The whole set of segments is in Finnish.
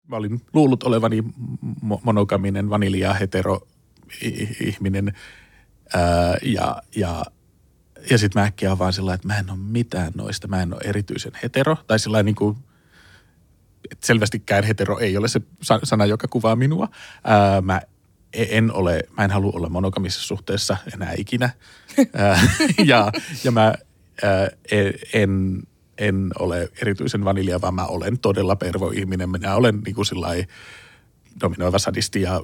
mä olin luullut olevani monogaminen vanilja hetero ihminen ja sitten mä äkkiä on vaan sillä että mä en ole mitään noista, mä en ole erityisen hetero tai sillä niin kuin, että selvästikään hetero ei ole se sana, joka kuvaa minua. Mä en halua olla monogamisessa suhteessa enää ikinä. ja mä en ole erityisen vanilja, vaan mä olen todella pervo-ihminen. Minä olen niin kuin sillai dominoiva sadisti ja...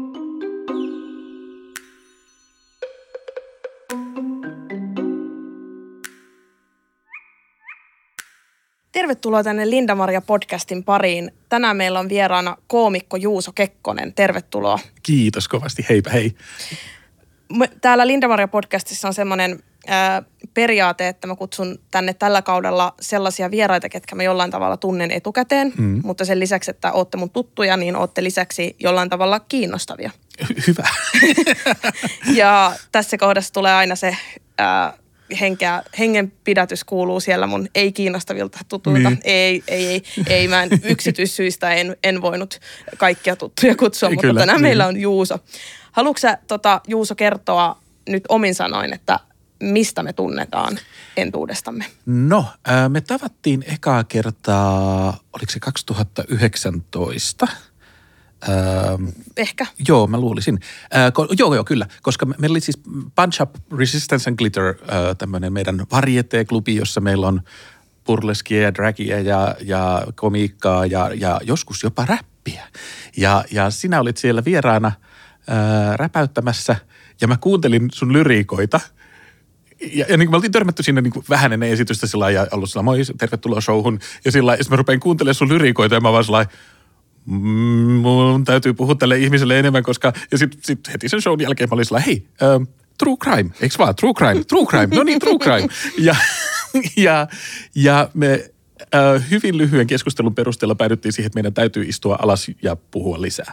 Tervetuloa tänne Linda-Maria-podcastin pariin. Tänään meillä on vieraana koomikko Juuso Kekkonen. Tervetuloa. Kiitos kovasti. Heipä hei. Täällä Linda-Maria-podcastissa on semmoinen periaate, että mä kutsun tänne tällä kaudella sellaisia vieraita, ketkä mä jollain tavalla tunnen etukäteen. Mutta sen lisäksi, että ootte mun tuttuja, niin ootte lisäksi jollain tavalla kiinnostavia. Hyvä. Ja tässä kohdassa tulee aina se... hengenpidätys kuuluu siellä mun ei-kiinnostavilta tutuilta. Niin. Ei, mä yksityissyistä en voinut kaikkia tuttuja kutsua, mutta Kyllä, tänään niin. meillä on Juuso. Haluatko sä, Juuso, kertoa nyt omin sanoin, että mistä me tunnetaan entuudestamme? No, me tavattiin ekaa kertaa, oliko se 2019? Ehkä. Joo, mä luulisin. Joo, kyllä. Koska meillä oli siis Punch Up Resistance and Glitter, tämmöinen meidän varieté-klubi, jossa meillä on burleskia ja dragia ja komiikkaa ja joskus jopa räppiä. Ja sinä olit siellä vieraana räpäyttämässä ja mä kuuntelin sun lyriikoita. Ja niin kuin me oltiin törmätty sinne niin kuin vähän ennen esitystä sillä lailla ja ollut sillä moi, tervetuloa showhun. Ja sillä lailla, mä rupein kuuntelemaan sun lyriikoita ja mä vaan sillä mun täytyy puhua tälle ihmiselle enemmän, koska... Ja sit heti sen shown jälkeen mä olin sillä, hei, true crime, eikö vaan? True crime, no niin, true crime. Ja me hyvin lyhyen keskustelun perusteella päädyttiin siihen, että meidän täytyy istua alas ja puhua lisää.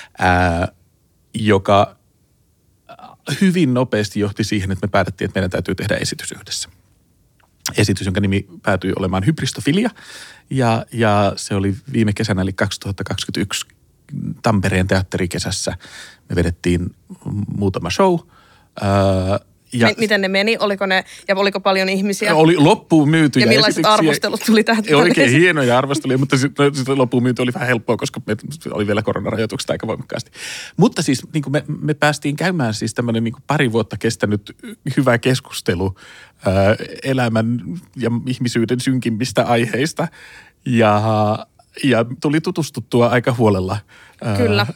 Joka hyvin nopeasti johti siihen, että me päätettiin, että meidän täytyy tehdä esitys yhdessä. Esitys, jonka nimi päätyi olemaan Hybristofilia, ja se oli viime kesänä, eli 2021 Tampereen teatterikesässä. Me vedettiin muutama show. Miten ne meni? Oliko paljon ihmisiä? Oli loppuun myytyjä ja millaiset esityksiä. Arvostelut tuli tähän? Oikein hienoja arvosteluja, mutta sitten loppuun myynti oli vähän helppoa, koska oli vielä koronarajoitukset aika voimakkaasti. Mutta siis niin kuin me päästiin käymään siis tämmöinen niin kuin pari vuotta kestänyt hyvä keskustelu elämän ja ihmisyyden synkimmistä aiheista ja tuli tutustuttua aika huolella. Kyllä.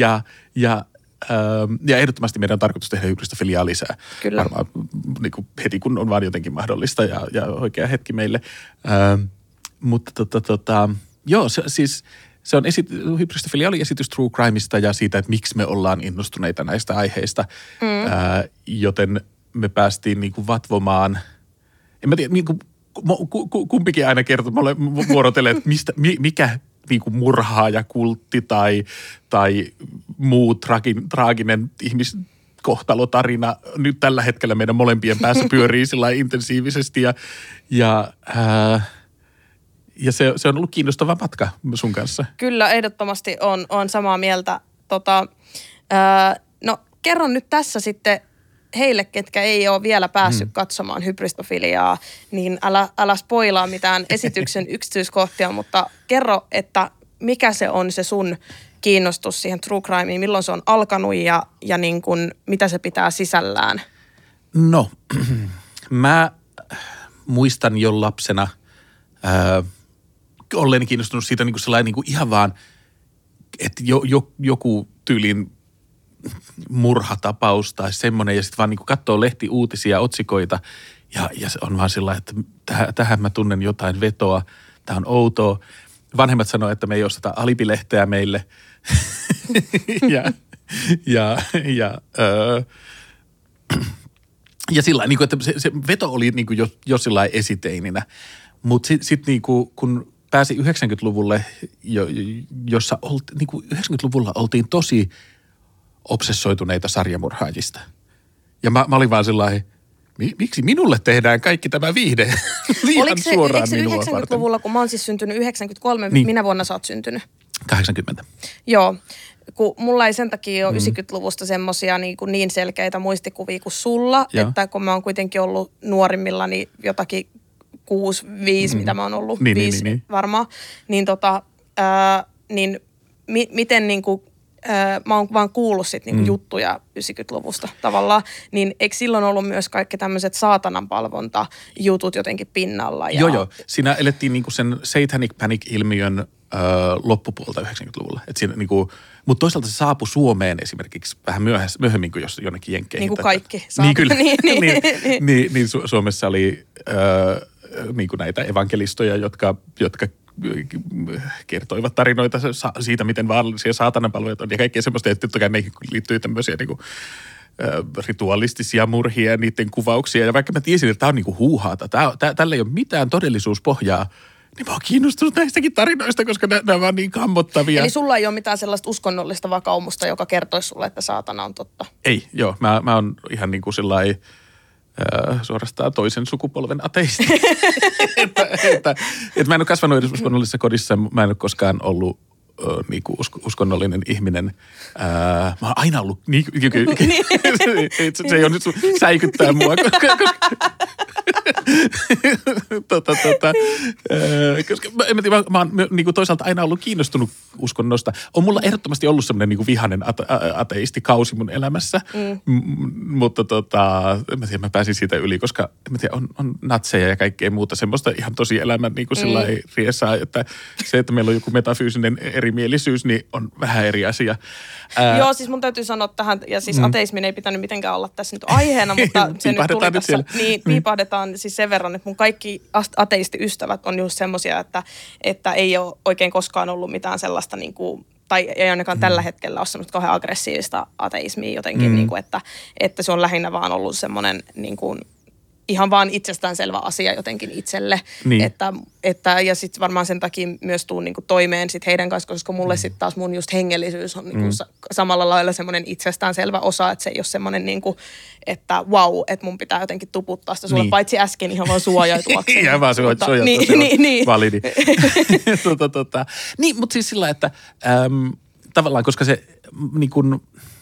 Ja ehdottomasti meidän on tarkoitus tehdä Hybristofiliaa lisää. Kyllä. Varmaan niin kuin heti, kun on vaan jotenkin mahdollista ja oikea hetki meille. Mutta joo, se on Hybristofilia oli esitys True Crimeista ja siitä, että miksi me ollaan innostuneita näistä aiheista. Joten me päästiin niin kuin vatvomaan, en mä tiedä, niin kuin, kumpikin aina kertoo, mä olen vuorotellut, että mikä niin kuin murhaaja, kultti tai muu traaginen ihmiskohtalotarina nyt tällä hetkellä meidän molempien päässä pyörii sillä intensiivisesti ja se on ollut kiinnostava matka sun kanssa. Kyllä, ehdottomasti on samaa mieltä. No kerron nyt tässä sitten heille, ketkä ei ole vielä päässyt katsomaan Hybristofiliaa, niin älä spoilaa mitään esityksen yksityiskohtia, mutta kerro, että mikä se on se sun kiinnostus siihen true crimeen, milloin se on alkanut ja niin kuin, mitä se pitää sisällään? No, mä muistan jo lapsena olleeni kiinnostunut siitä niin kuin sellainen niin kuin ihan vaan, että joku tyylin murhatapaus tai semmoinen ja sitten vaan niin kuin katsoo lehtiuutisia, otsikoita ja se on vaan sillä että tähän mä tunnen jotain vetoa, tämä on outoa. Vanhemmat sanoo, että me ei osteta alibilehteä meille ja sillä niin kuin, että se veto oli niin kuin jo sillä esiteininä, mutta sitten niin kuin, kun pääsi 90-luvulle, jossa niin kuin 90-luvulla oltiin tosi obsessoituneita sarjamurhaajista. Ja mä olin vaan sellainen, miksi minulle tehdään kaikki tämä viihde liian suoraan minua varten? Oliko se 90-luvulla, kun mä oon siis syntynyt 93, niin. Minä vuonna sä oot syntynyt? 80. Joo, kun mulla ei sen takia ole 90-luvusta semmoisia niin selkeitä muistikuvia kuin sulla, että kun mä oon kuitenkin ollut nuorimmillani jotakin 6-5, mitä mä oon ollut, 5 varmaan, niin miten niinku, mä oon vaan kuullut sit niinku juttuja 90-luvusta tavallaan, niin eikö silloin ollut myös kaikki tämmöiset saatananpalvontajutut jotenkin pinnalla? Ja... Joo, siinä elettiin niinku sen Satanic Panic-ilmiön loppupuolta 90-luvulla. Mutta toisaalta se saapui Suomeen esimerkiksi vähän myöhemmin kuin jos jonnekin jenkkeihin. Niin kuin kaikki saapui. Niin kyllä. niin Suomessa oli niin kuin näitä evankelistoja, jotka kertoivat tarinoita siitä, miten vaarallisia saatananpalveluja on ja kaikkea semmoista, että totta kai meihin liittyy tämmöisiä niin kuin, ritualistisia murhia ja niiden kuvauksia. Ja vaikka mä tiesin, että tämä on niin kuin huuhaata, tällä ei ole mitään todellisuuspohjaa, niin mä oon kiinnostunut näistäkin tarinoista, koska nämä on vaan niin kammottavia. Eli sulla ei ole mitään sellaista uskonnollista vakaumusta, joka kertoisi sulle, että saatana on totta? Ei, joo. Mä oon ihan niin kuin sellainen suorastaan toisen sukupolven ateisti. että mä en ole kasvanut edes uskonnollisessa kodissa. Mä en ole koskaan ollut niinku uskonnollinen ihminen. Mä oon aina ollut se ei ole nyt säikyttää mua, koska mä oon niinku toisaalta aina ollut kiinnostunut uskonnosta. On mulla ehdottomasti ollut semmoinen niinku vihainen ateistikausi mun elämässä, mutta en mä tiedä, mä pääsin siitä yli, koska on natseja ja kaikkea muuta semmoista ihan tosi elämän niinku sellainen riesaa, että se, että meillä on joku metafyysinen erimielisyys, niin on vähän eri asia. Joo, siis mun täytyy sanoa tähän, ja siis ateismin ei pitänyt mitenkään olla tässä nyt aiheena, mutta se nyt tuli tässä. Niin, piipahdetaan siis sen verran, että mun kaikki ateistiystävät on just semmoisia, että ei ole oikein koskaan ollut mitään sellaista niin kuin, tai ei ainakaan tällä hetkellä ole semmoista kauhean aggressiivista ateismia jotenkin, niin kuin, että se on lähinnä vaan ollut semmoinen niin kuin, ihan vaan itsestäänselvä asia jotenkin itselle, niin. että ja sitten varmaan sen takia myös tuun niinku toimeen sit heidän kanssa, koska mulle sitten taas mun just hengellisyys on niinku samalla lailla semmoinen itsestäänselvä osa, että se ei ole semmoinen niinku, että vau, että mun pitää jotenkin tuputtaa sitä sulle, paitsi äsken ihan vaan suojautuakseni. Ihan vaan suojautua, niin. Validi. Niin, mutta siis sillä, että tavallaan, koska se niin kuin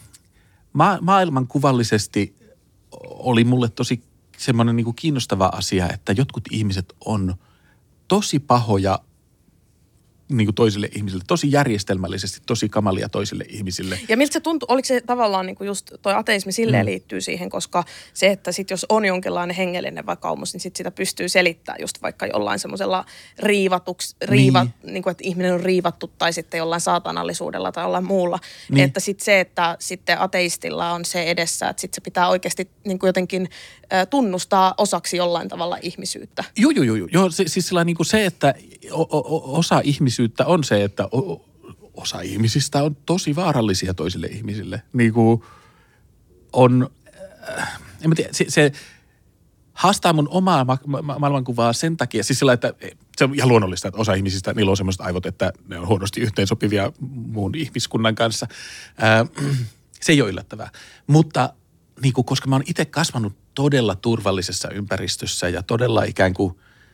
maailmankuvallisesti oli mulle tosi semmoinen niin kuin kiinnostava asia, että jotkut ihmiset on tosi pahoja niin kuin toisille ihmisille, tosi järjestelmällisesti, tosi kamalia toisille ihmisille. Ja miltä se tuntui, oliko se tavallaan niin kuin just toi ateismi silleen liittyy siihen, koska se, että sit jos on jonkinlainen hengellinen vakaumus, niin sit sitä pystyy selittämään just vaikka jollain semmoisella niin kuin, että ihminen on riivattu tai sitten jollain saatanallisuudella tai jollain muulla. Niin. Että sitten se, että sitten ateistilla on se edessä, että sitten se pitää oikeasti niin kuin jotenkin tunnustaa osaksi jollain tavalla ihmisyyttä. Joo, siis sillä niin kuin se, että osa ihmisyyttä on se, että osa ihmisistä on tosi vaarallisia toisille ihmisille. Niin kuin on, en mä tiedä, se haastaa mun omaa maailmankuvaa sen takia, siis sillä, että se on ihan luonnollista, että osa ihmisistä, niillä on semmoiset aivot, että ne on huonosti yhteensopivia muun ihmiskunnan kanssa. Se ei ole yllättävää, mutta niin kuin, koska mä oon itse kasvanut todella turvallisessa ympäristössä ja todella ikään kuin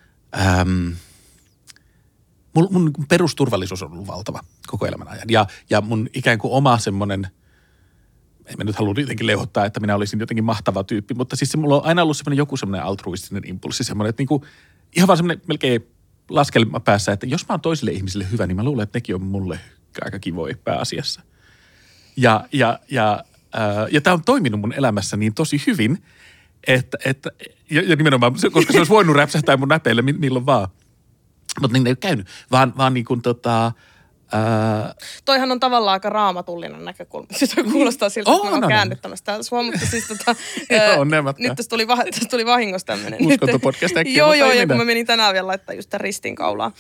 mun perusturvallisuus on ollut valtava koko elämän ajan. Ja mun ikään kuin oma semmoinen, en mä nyt halua jotenkin leuhottaa, että minä olisin jotenkin mahtava tyyppi, mutta siis mulla on aina ollut joku semmoinen altruistinen impulssi, semmoinen, että niinku, ihan vaan semmoinen melkein laskelma päässä, että jos mä oon toisille ihmisille hyvä, niin mä luulen, että nekin on mulle aika kivoja pääasiassa. Ja tämä on toiminut mun elämässä niin tosi hyvin, että nimenomaan, koska se olisi voinut räpsähtää mun näpeille milloin vaan. Mutta niin ei ole käynyt, vaan niin kuin Toihan on tavallaan aika raamatullinen näkökulma. Siis kuulostaa siltä, että mä oon käännyttämässä täällä sua, mutta siis nyt tässä tuli vahingossa tämmöinen. Uskontopodcast äkkiä. Joo, ja kun mä menin tänään vielä laittaa just tämän ristin kaulaan.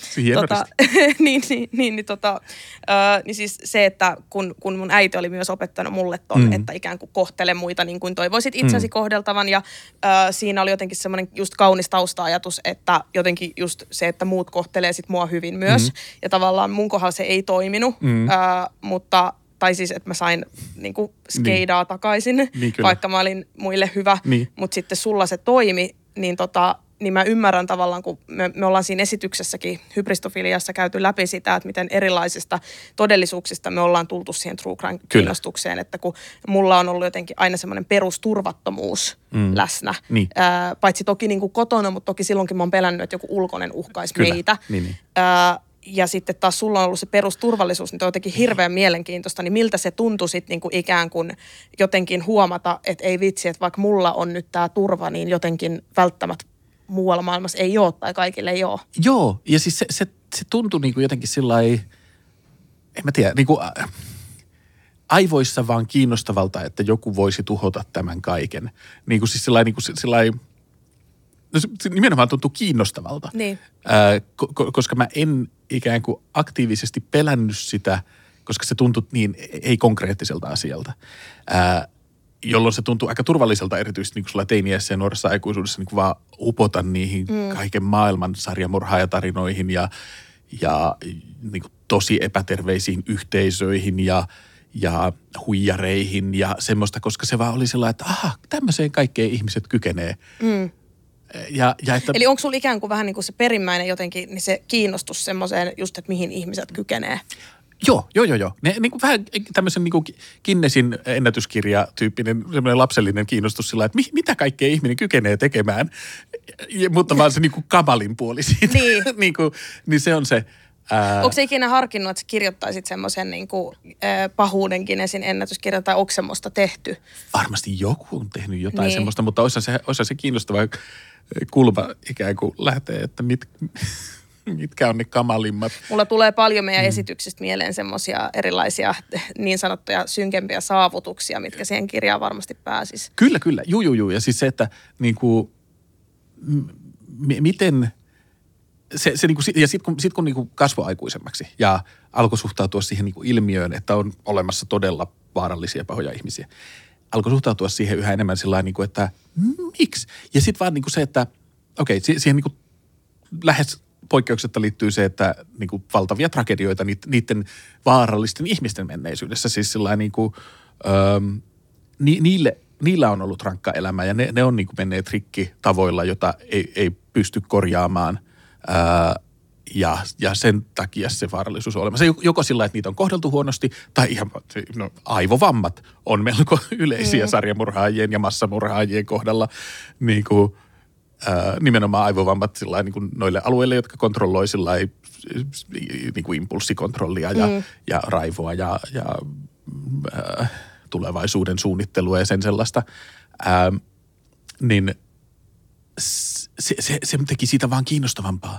Niin siis se, että kun mun äiti oli myös opettanut mulle ton, että ikään kuin kohtele muita niin kuin toivoisit itsesi kohdeltavan ja siinä oli jotenkin semmoinen just kaunis tausta-ajatus, että jotenkin just se, että muut kohtelee sit mua hyvin myös ja tavallaan mun kohdalla se ei toiminut, mutta tai siis, että mä sain niinku skeidaa takaisin, vaikka mä olin muille hyvä, mutta sitten sulla se toimi, niin niin mä ymmärrän tavallaan, kun me ollaan siinä esityksessäkin hybristofiliassa käyty läpi sitä, että miten erilaisista todellisuuksista me ollaan tultu siihen true crime-kiinnostukseen, että kun mulla on ollut jotenkin aina semmoinen perusturvattomuus läsnä, niin. Paitsi toki niin kuin kotona, mutta toki silloinkin mä oon pelännyt, että joku ulkoinen uhkaisi meitä. Niin. Ja sitten taas sulla on ollut se perusturvallisuus, niin toi on jotenkin hirveän mielenkiintoista, niin miltä se tuntui sitten niin kuin ikään kuin jotenkin huomata, että ei vitsi, että vaikka mulla on nyt tämä turva, niin jotenkin välttämättä muualla maailmassa ei ole tai kaikille ei ole. Joo, ja siis se tuntui niin kuin jotenkin sillai, en mä tiedä, niin kuin aivoissa vaan kiinnostavalta, että joku voisi tuhota tämän kaiken. Niin kuin siis sillai no se nimenomaan tuntuu kiinnostavalta, niin. Koska mä en ikään kuin aktiivisesti pelännyt sitä, koska se tuntui niin ei-konkreettiselta asialta. Jolloin se tuntuu aika turvalliselta erityisesti niin kuin sulla teiniässä ja nuoressa aikuisuudessa niin kuin vaan upota niihin kaiken maailman sarjamurhaajatarinoihin ja niin kuin tosi epäterveisiin yhteisöihin ja huijareihin ja semmoista, koska se vaan oli sellainen, että tämmöiseen kaikkeen ihmiset kykenee. Eli onko sulla ikään kuin vähän niin kuin se perimmäinen jotenkin, niin se kiinnostus semmoiseen just, että mihin ihmiset kykenee? Joo. Ne, niin kuin vähän tämmöisen niin kuin Guinnessin ennätyskirja-tyyppinen semmoinen lapsellinen kiinnostus sillä, että mitä kaikkea ihminen kykenee tekemään, mutta vaan se niin kuin kamalin puoli siitä. Niin. niin se on se. Onko se ikinä harkinnut, että sä kirjoittaisit semmoisen niin kuin pahuuden Guinnessin ennätyskirjan tai onko semmoista tehty? Varmasti joku on tehnyt jotain semmoista, mutta olisi se kiinnostava kulma ikään kuin lähtee, että mitkä on ne kamalimmat. Mulla tulee paljon meidän esityksistä mieleen semmoisia erilaisia niin sanottuja synkempiä saavutuksia, mitkä siihen kirjaan varmasti pääsis. Kyllä. Juu. Ja siis se, että niin kuin, miten se niin kuin, ja sitten kun niin kuin kasvoi aikuisemmaksi ja alkoi suhtautua siihen niin kuin ilmiöön, että on olemassa todella vaarallisia pahoja ihmisiä, alkoi suhtautua siihen yhä enemmän sillä niin kuin, että miksi? Ja sitten vaan niin kuin se, että okei, siihen niin kuin lähes poikkeuksetta liittyy se, että niin kuin valtavia tragedioita niiden vaarallisten ihmisten menneisyydessä, siis sillä niin kuin, niillä on ollut rankka elämä ja ne on niin kuin menneet rikkitavoilla, jota ei pysty korjaamaan ja sen takia se vaarallisuus on olemassa. Joko sillä, että niitä on kohdeltu huonosti tai ihan aivovammat on melko yleisiä sarjamurhaajien ja massamurhaajien kohdalla niin kuin, nimenomaan aivovammat sillä niin kuin noille alueille, jotka kontrolloi sillä niin kuin impulssikontrollia ja raivoa ja tulevaisuuden suunnittelua ja sen sellaista, niin se teki siitä vaan kiinnostavampaa.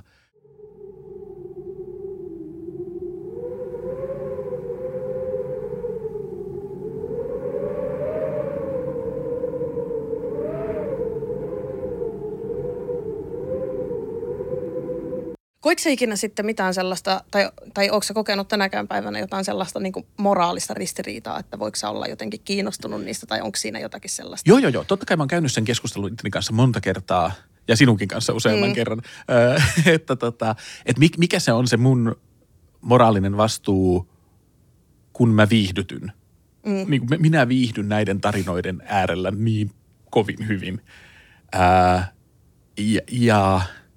Koitko sä ikinä sitten mitään sellaista, tai onko sä kokenut tänäkään päivänä jotain sellaista niin kuin moraalista ristiriitaa, että voiko sä olla jotenkin kiinnostunut niistä, tai onko siinä jotakin sellaista? Joo. Totta kai mä oon käynyt sen keskustelun itteni kanssa monta kertaa, ja sinunkin kanssa useamman kerran, että mikä se on se mun moraalinen vastuu, kun mä viihdytyn. Niin kuin minä viihdyn näiden tarinoiden äärellä niin kovin hyvin. Ja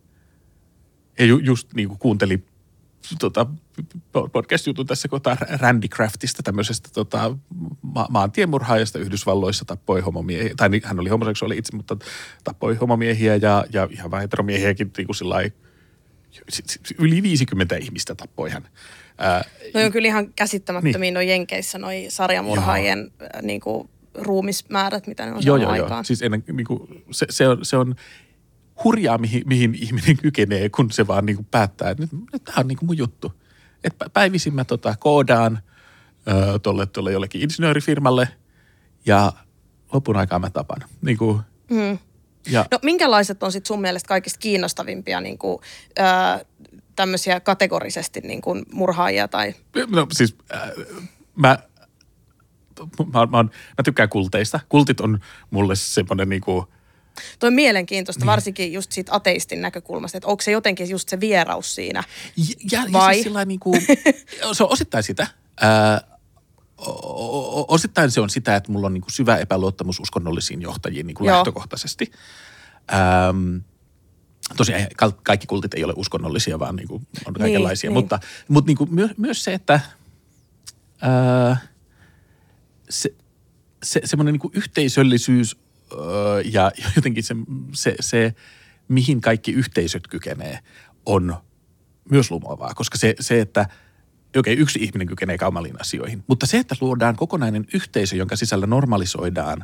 just niin kuin kuuntelin podcast-jutun tässä kohtaa Randy Craftista, tämmöisestä maantiemurhaajasta Yhdysvalloissa, tappoi homomiehiä, tai hän oli homoseksuaali itse, mutta tappoi homomiehiä ja ihan vaan heteromiehiäkin niin kuin sillai, yli 50 ihmistä tappoi hän. No on kyllä ihan käsittämättömiä niin. Noi Jenkeissä, noi sarjamurhaajien niin kuin ruumismäärät, mitä ne on saanut aikaan. Joo. Siis ennen, niin kuin, se on hurjaa, mihin ihminen kykenee, kun se vaan niin kuin päättää, että nyt tämä on niin kuin mun juttu. Että päivisin mä koodaan tuolle jollekin insinöörifirmalle ja lopun aikaa mä tapan. Niin kuin, No minkälaiset on sitten sun mielestä kaikista kiinnostavimpia niin kuin, tämmöisiä kategorisesti niin kuin murhaajia tai? No siis mä tykkään kulteista. Kultit on mulle semmoinen niin kuin toi on mielenkiintoista, varsinkin just siitä ateistin näkökulmasta, että onko se jotenkin just se vieraus siinä, vai? Siis sillä niin kuin, se on osittain sitä. Osittain se on sitä, että mulla on niin kuin syvä epäluottamus uskonnollisiin johtajiin niin kuin lähtökohtaisesti. tosiaan kaikki kultit ei ole uskonnollisia, vaan niin kuin on kaikenlaisia. Niin. Mutta niin kuin myös se, että semmoinen niin kuin yhteisöllisyys ja jotenkin se, mihin kaikki yhteisöt kykenee, on myös lumoavaa. Koska se että yksi ihminen kykenee kaumaliin asioihin, mutta se, että luodaan kokonainen yhteisö, jonka sisällä normalisoidaan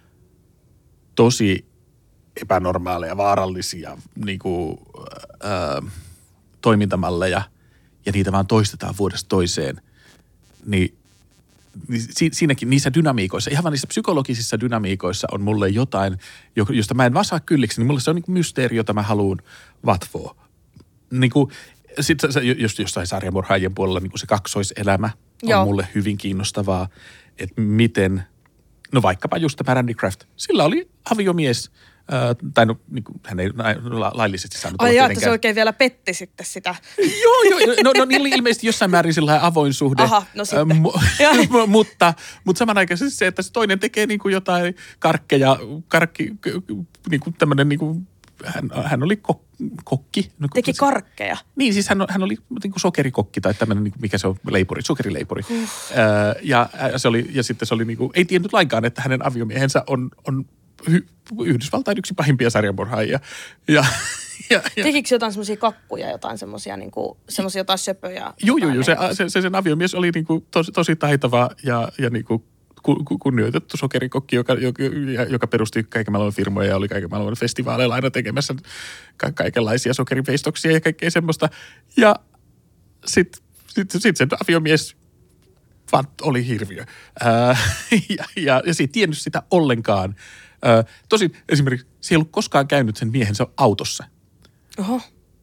tosi epänormaaleja, vaarallisia niin kuin, toimintamalleja ja niitä vaan toistetaan vuodesta toiseen, niin siinäkin niissä dynamiikoissa, ihan vaan niissä psykologisissa dynamiikoissa on mulle jotain, josta mä en vaan saa kylliksi, niin mulle se on niin kuin mysteeri, jota mä haluan vatvoa. Niin kuin, sitten just jossain sarjamurhaajien puolella niin kuin se kaksoiselämä on mulle hyvin kiinnostavaa, että miten, no vaikkapa just tämä Randy Kraft, sillä oli aviomies, tai no, niin kuin, hän ei laillisesti saanut olla tietenkään. Että se oikein vielä petti sitten sitä. Joo, no niillä oli ilmeisesti jossain määrin sellainen avoin suhde. Aha, no sitten. mutta samanaikaisesti se, että se toinen tekee niin kuin jotain karkki, niin kuin tämmöinen niin kuin, hän oli kokki. Teki karkkeja? Niin, siis hän oli niin kuin sokerikokki tai tämmöinen, niin kuin, mikä se on, sokerileipuri. Ja sitten se oli niin kuin, ei tiennyt lainkaan, että hänen aviomiehensä on Yhdysvaltain yksi pahimpia sarjamurhaajia. Tekikö jotain semmoisia kakkuja, jotain semmoisia jotain söpöjä? Joo, se sen aviomies oli niin kuin tosi taitava ja niin kuin kunnioitettu sokerikokki, joka perusti kaiken maailman firmoja ja oli kaiken maailman festivaaleilla aina tekemässä kaikenlaisia sokeriveistoksia ja kaikkea semmoista. Ja sitten sen aviomies vaan oli hirviö. Ja se ei tiennyt sitä ollenkaan. Tosin esimerkiksi se ei ollut koskaan käynyt sen miehensä autossa. Oho.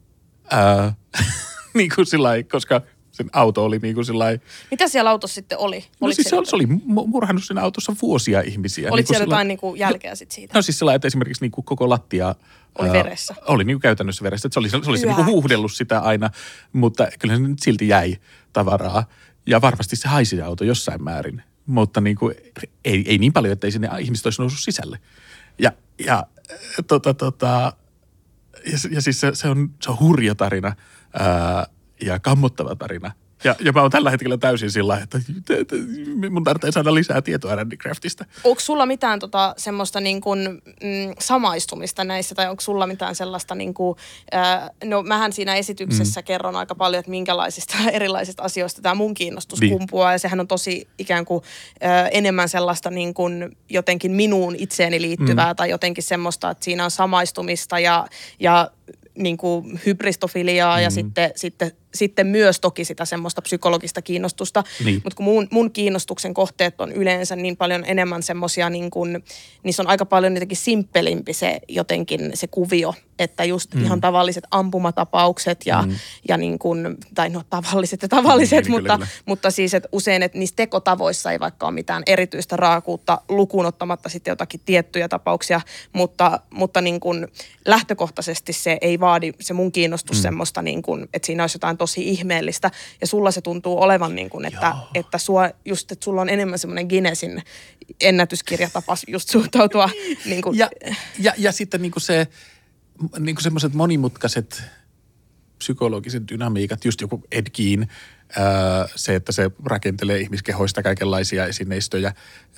Niin kuin sillai, koska sen auto oli niin kuin sillai. Mitä siellä autossa sitten oli? No siis se oli murhannut sen autossa vuosia ihmisiä. Oliko niin siellä jotain niin kuin jälkeä sitten siitä? No siis sellainen, että esimerkiksi niin kuin koko lattia oli veressä. Oli niin kuin käytännössä veressä. Että se oli se niin kuin huuhdellut sitä aina, mutta kyllä se nyt silti jäi tavaraa. Ja varmasti se haisi se auto jossain määrin, mutta niin kuin, ei niin paljon, että ei sinne ihmiset olisi noussut sisälle. Ja siis se on hurja tarina ja kammottava tarina. Ja mä oon tällä hetkellä täysin sillä, että mun tarvitsee saada lisää tietoa Randy Kraftista. Onko sulla mitään semmoista niin kuin, samaistumista näissä, tai onko sulla mitään sellaista, niin kuin, no mähän siinä esityksessä kerron aika paljon, että minkälaisista erilaisista asioista tämä mun kiinnostus kumpuaa, ja sehän on tosi ikään kuin enemmän sellaista niin kuin jotenkin minuun itseeni liittyvää, tai jotenkin semmoista, että siinä on samaistumista ja niin kuin hybristofiliaa ja sitten myös toki sitä semmoista psykologista kiinnostusta. Niin. Mutta kun mun kiinnostuksen kohteet on yleensä niin paljon enemmän semmoisia, niin kuin, niissä on aika paljon jotenkin simppelimpi se jotenkin se kuvio, että just ihan tavalliset ampumatapaukset ja niin kuin, tai no tavalliset, mutta siis että usein, että niissä tekotavoissa ei vaikka ole mitään erityistä raakuutta lukuun ottamatta sitten jotakin tiettyjä tapauksia, mutta niin kuin lähtökohtaisesti se ei vaadi se mun kiinnostus semmoista niin kuin, että siinä olisi jotain tosi ihmeellistä ja sulla se tuntuu olevan niin kuin, että sulla on enemmän semmoinen Guinnessin ennätyskirjatapas just suhtautua niin kuin. Ja sitten niin kuin se niin kuin semmoiset monimutkaiset psykologiset dynamiikat, just joku Ed Gein, se, että se rakentelee ihmiskehoista kaikenlaisia esineistöjä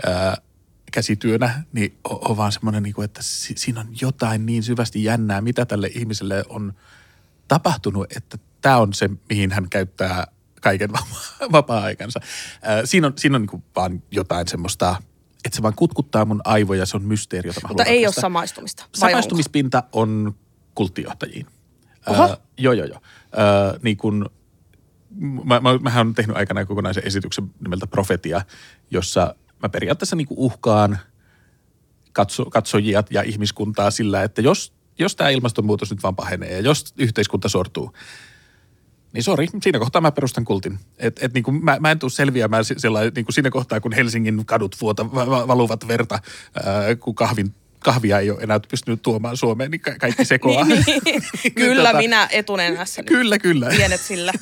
käsityönä, niin on vaan semmoinen, niin kuin, että siinä on jotain niin syvästi jännää, mitä tälle ihmiselle on tapahtunut, että tämä on se, mihin hän käyttää kaiken vapaa-aikansa. Siinä on niin kuin vaan jotain semmoista, että se vaan kutkuttaa mun aivoja, se on mysteeri, jota mä haluan ratkaista. Mutta ei ole samaistumista, vai samaistumispinta on kulttijohtajiin. Joo. Niin kun, mähän olen tehnyt aikanaan kokonaisen esityksen nimeltä Profetia, jossa mä periaatteessa niin kuin uhkaan katsojia ja ihmiskuntaa sillä, että jos tämä ilmastonmuutos nyt vaan pahenee ja jos yhteiskunta sortuu, niin sori, siinä kohtaa mä perustan kultin. Et niin kuin mä en tule selviämään niin kuin siinä kohtaa, kun Helsingin kadut valuvat verta, kun kahvia ei ole enää pystynyt tuomaan Suomeen, niin kaikki sekoaa. Kyllä, minä etunenässä. Kyllä. Pienet sillä.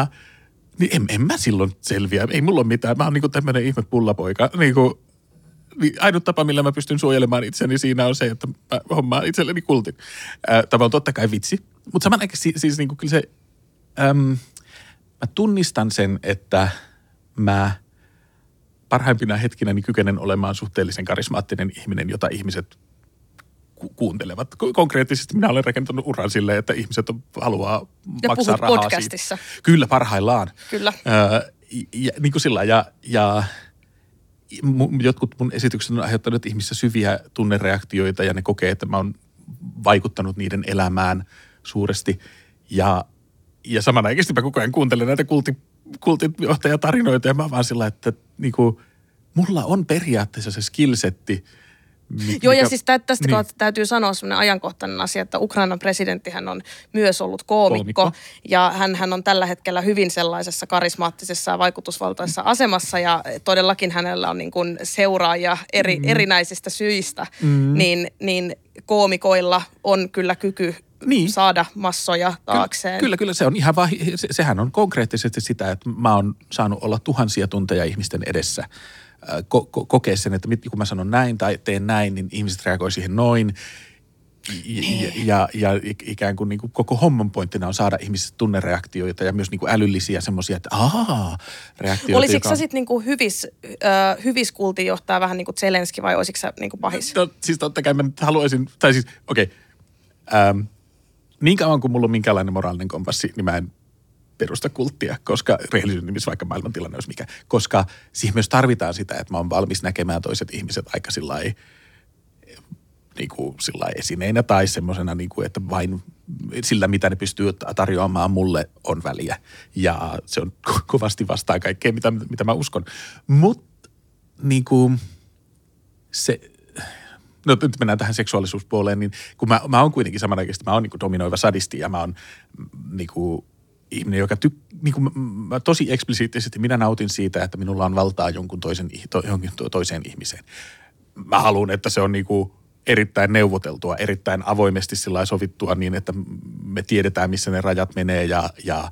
Niin en mä silloin selviä. Ei mulla ole mitään. Mä oon niinku tämmönen ihme pullapoika. Niin ainut tapa, millä mä pystyn suojelemaan itseni siinä on se, että mä hommaan itselleni kultin. Tämä on totta kai vitsi. Mutta samanaikaisesti siis niin kuin kyllä se, mä tunnistan sen, että mä parhaimpina hetkinäni kykenen olemaan suhteellisen karismaattinen ihminen, jota ihmiset kuuntelevat. Konkreettisesti minä olen rakentanut uran sille, että ihmiset haluaa ja maksaa rahaa podcastissa. siitä. Kyllä, parhaillaan. Kyllä. Niin kuin sillä ja jotkut mun esitykset on aiheuttanut ihmissä syviä tunnereaktioita ja ne kokee, että mä oon vaikuttanut niiden elämään suuresti. Ja samanaikaisesti mä koko ajan kuuntelen näitä kultinjohtajatarinoita ja mä vaan sillä, että niinku, mulla on periaatteessa se skillsetti. Joo, ja siis tästä niin. Täytyy sanoa sellainen ajankohtainen asia, että Ukrainan presidenttihän on myös ollut koomikko. Ja hän on tällä hetkellä hyvin sellaisessa karismaattisessa ja vaikutusvaltaisessa asemassa ja todellakin hänellä on niin kuin seuraajia erinäisistä syistä, niin koomikoilla on kyllä kyky saada massoja taakseen. Kyllä, se on ihan vaan, sehän on konkreettisesti sitä, että mä oon saanut olla tuhansia tunteja ihmisten edessä. Kokea sen, että kun mä sanon näin tai teen näin, niin ihmiset reagoi siihen noin. Ja ikään kuin, koko homman pointtina on saada ihmiset tunnereaktioita ja myös niin kuin älyllisiä semmoisia, että reaktioita. Olisitko sä sitten niin hyviskultinjohtaja vähän niin kuin Zelenski vai olisitko sä niin kuin pahis? No, siis totta kai mä nyt haluaisin, tai siis niin kauan kuin mulla on minkäänlainen moraalinen kompassi, niin mä en perusta kulttia, koska rehellisyyden nimissä vaikka maailmantilanne olisi mikä, koska siihen myös tarvitaan sitä, että mä oon valmis näkemään toiset ihmiset aika sillai esineinä tai semmoisena, että vain sillä, mitä ne pystyy tarjoamaan mulle on väliä. Ja se on kovasti vastaan kaikkea, mitä mä uskon. Mutta se, no nyt mennään tähän seksuaalisuuspuoleen, niin kun mä oon kuitenkin samanaikaisesti, mä oon dominoiva sadisti ja mä oon ihminen, joka mä tosi eksplisiittisesti minä nautin siitä, että minulla on valtaa jonkin toiseen ihmiseen. Mä haluan, että se on erittäin neuvoteltua, erittäin avoimesti sillä sovittua niin, että me tiedetään, missä ne rajat menee ja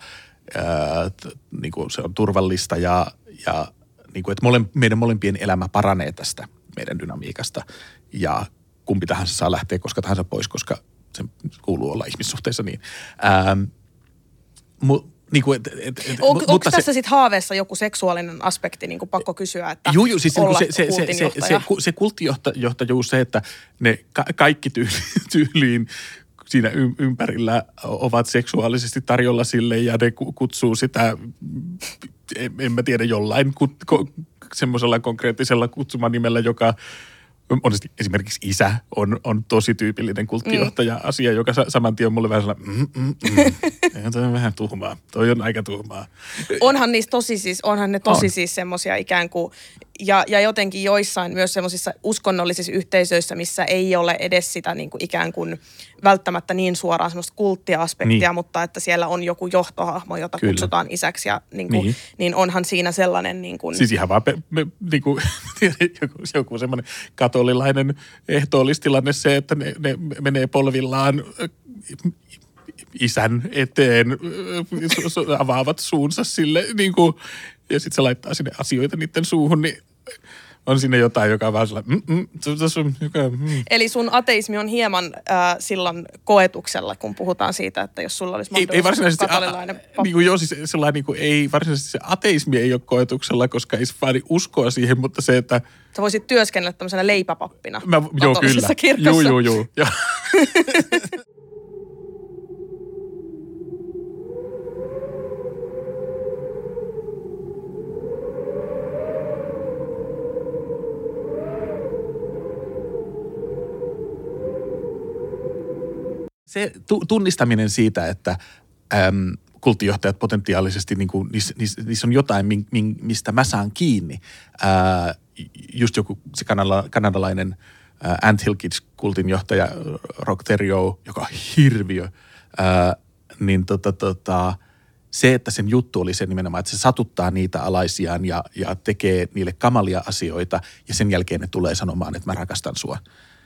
se on turvallista ja että meidän molempien elämä paranee tästä meidän dynamiikasta ja kumpi tahansa saa lähteä koska tahansa pois, koska se kuuluu olla ihmissuhteissa niin. Onko tässä sitten haaveessa joku seksuaalinen aspekti, niin kuin pakko kysyä, että siis olla kultinjohtaja? Se kulttijohtajuus, se, että ne kaikki tyyliin siinä ympärillä ovat seksuaalisesti tarjolla sille ja ne kutsuu sitä, en mä tiedä, jollain semmoisella konkreettisella kutsumanimellä, joka on esimerkiksi isä on tosi tyypillinen kulttijohtaja-asia, joka saman tien on mulle vähän sellainen, toi on vähän tuhmaa, toi on aika tuhmaa. Onhan ne tosi siis semmoisia ikään kuin, ja jotenkin joissain myös semmoisissa uskonnollisissa yhteisöissä, missä ei ole edes sitä niin kuin ikään kuin välttämättä niin suoraan semmoista kulttia-aspektia, mutta että siellä on joku johtohahmo, jota kutsutaan isäksi ja niin onhan siinä sellainen niin kuin. Siis ihan vaan joku semmoinen katolilainen ehtoollistilanne se, että ne menee polvillaan isän eteen, avaavat suunsa sille ja sitten se laittaa sinne asioita niiden suuhun, niin on sinne jotain, joka on vähän sellainen, Eli sun ateismi on hieman silloin koetuksella, kun puhutaan siitä, että jos sulla olisi mahdollisuus katolilainen pappi. Ei varsinaisesti se ateismi ei ole koetuksella, koska ei se vaadi uskoa siihen, mutta se, että sä voisit työskennellä tämmöisenä leipäpappina katolisessa kirkossa. Joo. Se tunnistaminen siitä, että kulttijohtajat potentiaalisesti, niissä on jotain, mistä mä saan kiinni. Just joku se kanadalainen Ant Hill Kids-kultin johtaja Rock Terrio, joka on hirviö, se, että sen juttu oli se nimenomaan, että se satuttaa niitä alaisiaan ja tekee niille kamalia asioita ja sen jälkeen ne tulee sanomaan, että mä rakastan sua.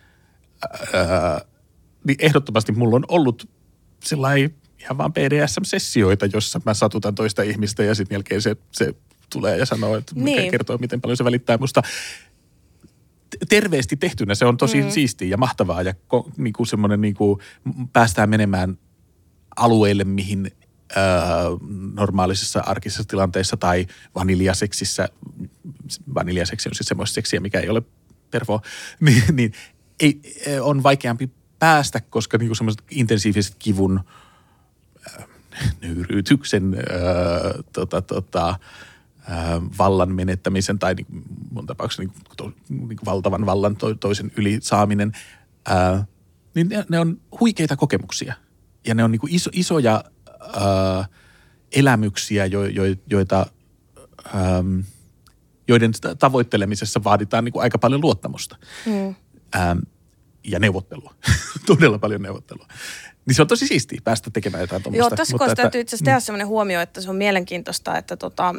Niin ehdottomasti mulla on ollut sellainen ihan vaan BDSM-sessioita, jossa mä satutan toista ihmistä ja sitten jälkeen se tulee ja sanoo, että kertoo, miten paljon se välittää musta. terveesti tehtynä se on tosi siistiä ja mahtavaa ja niinku semmoinen niinku päästään menemään alueille, mihin normaalisissa arkisissa tilanteissa tai vaniljaseksi on siis semmoista seksiä, mikä ei ole pervoa, niin ei, on vaikeampi päästä, koska niinku semmoiset intensiiviset kivun, nöyryytyksen, vallan menettämisen tai mun tapauksessa niinku valtavan vallan toisen yli saaminen, niin ne on huikeita kokemuksia. Ja ne on niinku isoja elämyksiä, joiden tavoittelemisessa vaaditaan niinku aika paljon luottamusta. Ja neuvottelua. Todella paljon neuvottelua. Niin se on tosi siistiä päästä tekemään jotain tuommoista. Joo, tässä kohdassa täytyy itse asiassa tehdä sellainen huomio, että se on mielenkiintoista, että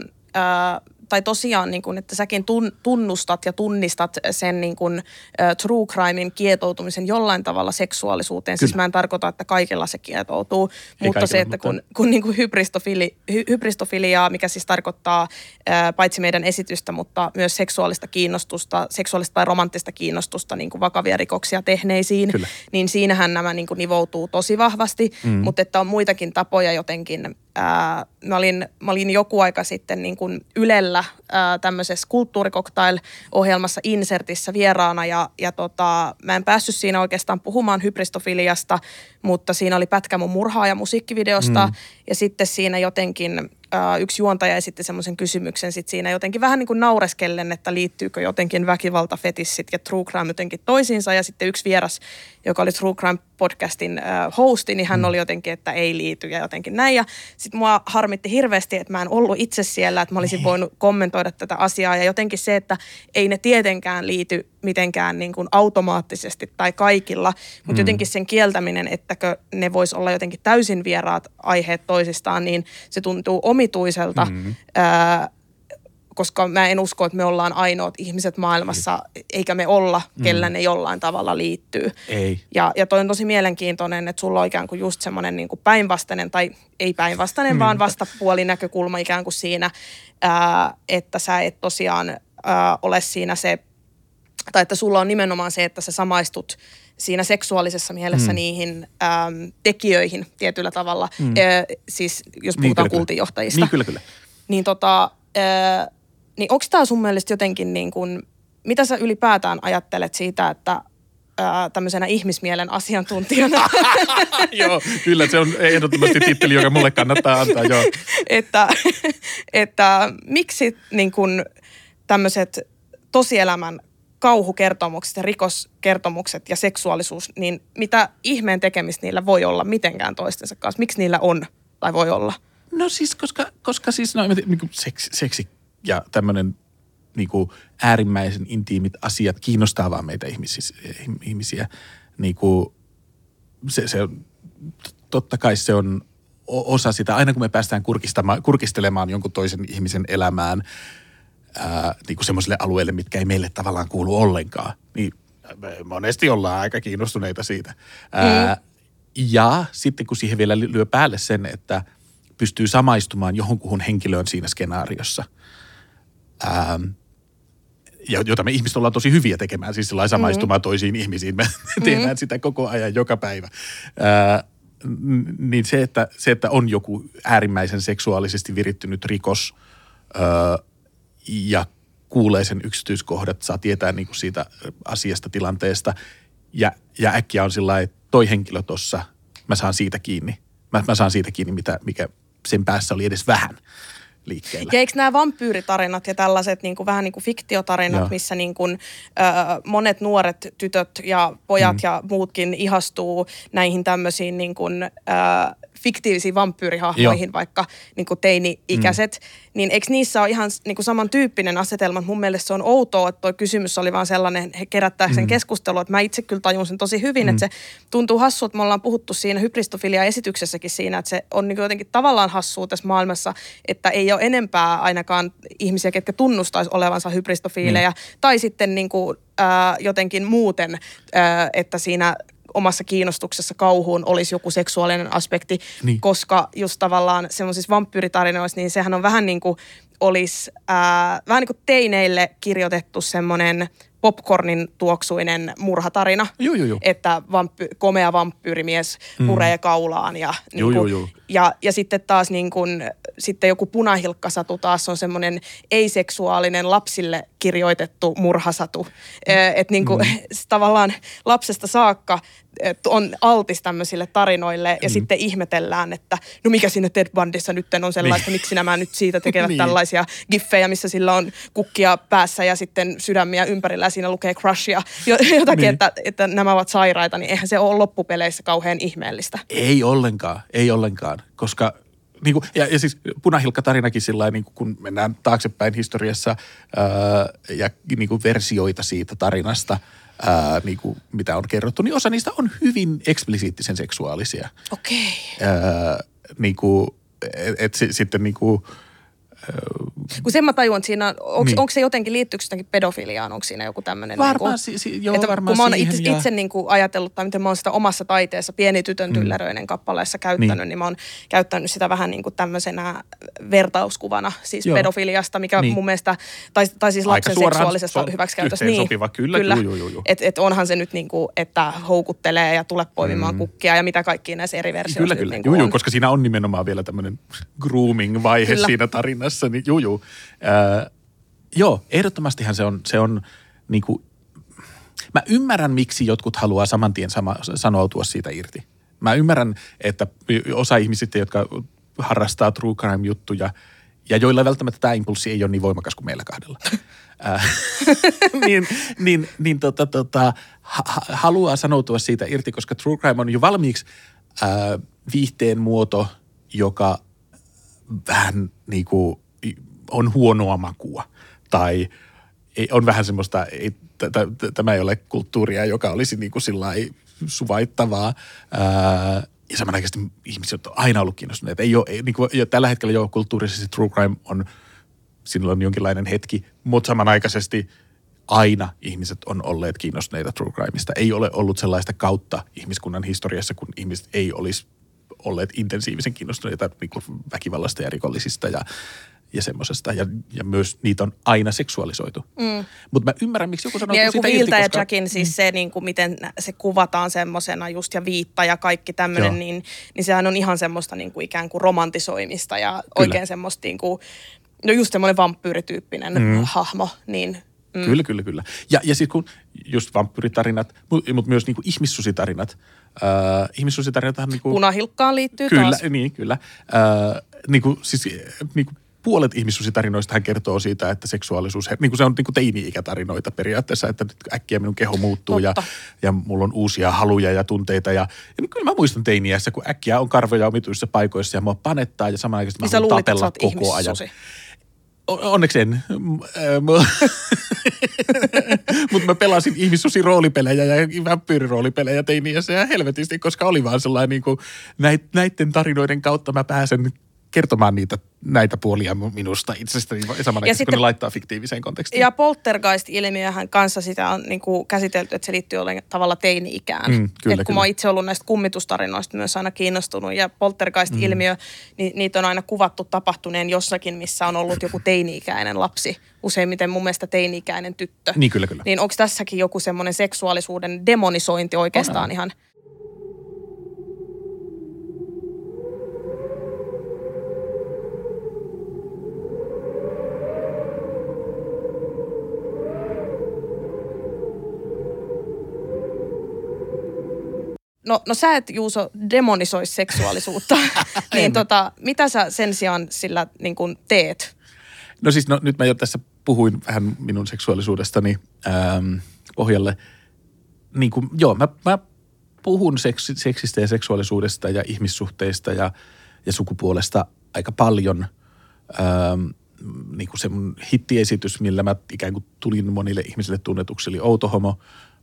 tai tosiaan niin kuin, että säkin tunnustat ja tunnistat sen niin kuin, true crimein kietoutumisen jollain tavalla seksuaalisuuteen. Kyllä. Siis mä en tarkoita, että kaikilla se kietoutuu, mutta se, että kun niin kuin hybristofiliaa, mikä siis tarkoittaa paitsi meidän esitystä, mutta myös seksuaalista kiinnostusta, seksuaalista tai romanttista kiinnostusta niin kuin vakavia rikoksia tehneisiin, Kyllä. niin siinähän nämä niin kuin nivoutuu tosi vahvasti, mutta että on muitakin tapoja jotenkin. Mä olin joku aika sitten niin kuin Ylellä tämmöisessä kulttuurikoktail-ohjelmassa Insertissä vieraana ja mä en päässyt siinä oikeastaan puhumaan hybristofiliasta, mutta siinä oli pätkä mun murhaaja musiikkivideosta ja sitten siinä jotenkin yksi juontaja esitti semmoisen kysymyksen sit siinä jotenkin vähän niin kuin naureskellen, että liittyykö jotenkin väkivaltafetissit ja true crime jotenkin toisiinsa ja sitten yksi vieras, joka oli True Crime podcastin hosti, niin hän oli jotenkin, että ei liity ja jotenkin näin. Ja sitten mua harmitti hirveästi, että mä en ollut itse siellä, että mä olisin voinut kommentoida tätä asiaa. Ja jotenkin se, että ei ne tietenkään liity mitenkään niin kuin automaattisesti tai kaikilla, mutta jotenkin sen kieltäminen, ettäkö ne vois olla jotenkin täysin vieraat aiheet toisistaan, niin se tuntuu omituiselta, koska mä en usko, että me ollaan ainoat ihmiset maailmassa, eikä me olla, kellä ne jollain tavalla liittyy. Ei. Ja toi on tosi mielenkiintoinen, että sulla on ikään kuin just semmoinen niin kuin päinvastainen, tai ei päinvastainen, vaan vastapuolinäkökulma ikään kuin siinä, että sä et tosiaan ole siinä se, tai että sulla on nimenomaan se, että sä samaistut siinä seksuaalisessa mielessä niihin tekijöihin tietyllä tavalla, siis jos puhutaan kultinjohtajista. Niin kyllä. Niin niin onko tämä sun mielestä jotenkin niin kuin, mitä sä ylipäätään ajattelet siitä, että tämmöisenä ihmismielen asiantuntijana? Joo, kyllä se on ehdottomasti titteli, joka mulle kannattaa antaa, joo. että miksi niin kuin tämmöiset tosielämän kauhukertomukset ja rikoskertomukset ja seksuaalisuus, niin mitä ihmeen tekemistä niillä voi olla mitenkään toistensa kanssa? Miksi niillä on tai voi olla? No siis, koska siis niin seksi ja tämmöinen niin äärimmäisen intiimit asiat kiinnostaa vaan meitä ihmisiä. Niin kuin, se on, totta kai se on osa sitä, aina kun me päästään kurkistelemaan jonkun toisen ihmisen elämään niin kuin semmoiselle alueelle, mitkä ei meille tavallaan kuulu ollenkaan, niin monesti ollaan aika kiinnostuneita siitä. Ja sitten kun siihen vielä lyö päälle sen, että pystyy samaistumaan johonkuhun henkilöön siinä skenaariossa, jota me ihmiset ollaan tosi hyviä tekemään, siis sellainen samaistumaan toisiin ihmisiin. Me tehdään sitä koko ajan, joka päivä. Niin se, että on joku äärimmäisen seksuaalisesti virittynyt rikos ja kuulee sen yksityiskohdat, saa tietää niin kuin siitä asiasta, tilanteesta ja äkkiä on sillä lailla, että toi henkilö tossa, mä saan siitä kiinni. Mä saan siitä kiinni, mikä sen päässä oli edes vähän liikkeellä. Ja eikö nämä vampyyritarinat ja tällaiset niin kuin, vähän niin kuin fiktiotarinat, missä niin kuin, monet nuoret tytöt ja pojat ja muutkin ihastuu näihin tämmöisiin niin kuin, fiktiivisiin vampyyrihahmoihin, vaikka niin kuin teini-ikäiset, niin eikö niissä ole ihan niin kuin samantyyppinen asetelma? Mun mielestä se on outoa, että tuo kysymys oli vaan sellainen herättää sen keskustelua, että mä itse kyllä tajun sen tosi hyvin, että se tuntuu hassua, että me ollaan puhuttu siinä hybristofilia-esityksessäkin siinä, että se on niin kuin jotenkin tavallaan hassua tässä maailmassa, että ei ole enempää ainakaan ihmisiä, ketkä tunnustaisi olevansa hybristofiileja, tai sitten niin kuin, jotenkin muuten, että siinä omassa kiinnostuksessa kauhuun olisi joku seksuaalinen aspekti, koska just tavallaan semmoisissa vampyyritarinoissa, niin sehän on vähän niin kuin olisi vähän niin kuin teineille kirjoitettu semmoinen popcornin tuoksuinen murhatarina. Joo. Että komea vampyyrimies puree kaulaan ja, ja sitten taas niin kuin, sitten joku Punahilkkasatu taas on semmoinen ei-seksuaalinen lapsille kirjoitettu murhasatu. Että niin kuin, tavallaan lapsesta saakka on altis tämmöisille tarinoille ja sitten ihmetellään, että no mikä siinä Ted Bundyssa nyt on sellaista, miksi nämä nyt siitä tekevät tällaisia giffejä, missä sillä on kukkia päässä ja sitten sydämiä ympärillä ja siinä lukee crushia jotakin, että nämä ovat sairaita, niin eihän se ole loppupeleissä kauhean ihmeellistä. Ei ollenkaan, koska niin kuin, ja siis Punahilkka-tarinakin sillä niin kun mennään taaksepäin historiassa ja niin kuin versioita siitä tarinasta, niin kuin, mitä on kerrottu, niin osa niistä on hyvin eksplisiittisen seksuaalisia. Okei. Niin kuin, sitten niin kuin, kun sen mä tajuan, että siinä, onko se jotenkin, liittyykö jotenkin pedofiliaan, onko siinä joku tämmöinen? Varmaan, kun mä oon itse niin kuin ajatellut, tai miten mä oon sitä omassa taiteessa Pieni tytön tylläröinen kappaleessa käyttänyt, niin mä oon käyttänyt sitä vähän niin kuin tämmöisenä vertauskuvana, siis pedofiliasta, mikä mun mielestä, tai siis lapsen seksuaalisesta hyväksikäytöstä. Niin, sopiva, kyllä. Että onhan se nyt niin kuin, että houkuttelee ja tule poimimaan kukkia ja mitä kaikkia näissä eri versioissa. Kyllä. Niin on. Koska siinä on nimenomaan vielä tämmöinen grooming-vaihe siinä tarinassa. Niin, joo, ehdottomastihan se on niin kuin, mä ymmärrän, miksi jotkut haluaa saman tien sanoutua siitä irti. Mä ymmärrän, että osa ihmisistä, jotka harrastaa true crime-juttuja ja joilla välttämättä tämä impulssi ei ole niin voimakas kuin meillä kahdella, haluaa sanoutua siitä irti, koska true crime on jo valmiiksi viihteen muoto, joka vähän niin kuin on huonoa makua tai on vähän semmoista, tämä ei ole kulttuuria, joka olisi niin kuin sillai suvaittavaa. Ja samanaikaisesti ihmiset on aina ollut kiinnostuneita. Niin kuin, ja tällä hetkellä jo kulttuurisesti true crime on, silloin on jonkinlainen hetki, mutta samanaikaisesti aina ihmiset on olleet kiinnostuneita true crimeista. Ei ole ollut sellaista kautta ihmiskunnan historiassa, kun ihmiset ei olisi olleet intensiivisen kiinnostuneita niin kuin väkivallasta ja rikollisista ja semmoisesta. Ja myös niitä on aina seksuaalisoitu. Mutta mä ymmärrän, miksi joku sanoo ja siitä irti, koska... ja Jackin, siis se, niin kuin miten se kuvataan semmoisena just ja viitta ja kaikki tämmöinen, niin sehän on ihan semmoista niin kuin ikään kuin romantisoimista ja oikein semmoista niin kuin, no just semmoinen vampyyrityyppinen hahmo, niin... Kyllä. Ja sitten kun just vampyyritarinat, mutta myös niinku ihmissusitarinat. Ihmissusitarinathan niinku... Punahilkkaan liittyy kyllä, taas. Kyllä. Niinku puolet ihmissusitarinoistahan kertoo siitä, että seksuaalisuus, niinku se on niinku teini-ikätarinoita periaatteessa, että nyt äkkiä minun keho muuttuu ja mulla on uusia haluja ja tunteita. Ja kyllä mä muistan teiniässä, kun äkkiä on karvoja omituissa paikoissa ja mua panettaa ja samanaikaisesti mä haluan tapella koko ajan. Onneksi en. Mutta mä pelasin ihmissusi-roolipelejä ja vampyyriroolipelejä teiniässä ja helvetisti, koska oli vaan sellainen niin kuin näiden tarinoiden kautta mä pääsen kertomaan näitä puolia minusta itsestäni samanaikaisesti, kun ne laittaa fiktiiviseen kontekstiin. Ja poltergeist-ilmiöhän kanssa sitä on niin kuin käsitelty, että se liittyy jollain tavalla teini-ikään. Kyllä. Kun mä oon itse ollut näistä kummitustarinoista myös aina kiinnostunut ja poltergeist-ilmiö, niin niitä on aina kuvattu tapahtuneen jossakin, missä on ollut joku teini-ikäinen lapsi. Useimmiten mun mielestä teini-ikäinen tyttö. Niin kyllä. Niin onko tässäkin joku semmoinen seksuaalisuuden demonisointi oikeastaan ihan... No sä et, Juuso, demonisoi seksuaalisuutta, niin mitä sä sen sijaan sillä niin kuin teet? No siis nyt mä jo tässä puhuin vähän minun seksuaalisuudestani pohjalle. Niin kuin, joo, mä puhun seksistä ja seksuaalisuudesta ja ihmissuhteista ja sukupuolesta aika paljon. Niin kuin se mun hittiesitys, millä mä ikään kuin tulin monille ihmisille tunnetuksi, oli Outo Homo,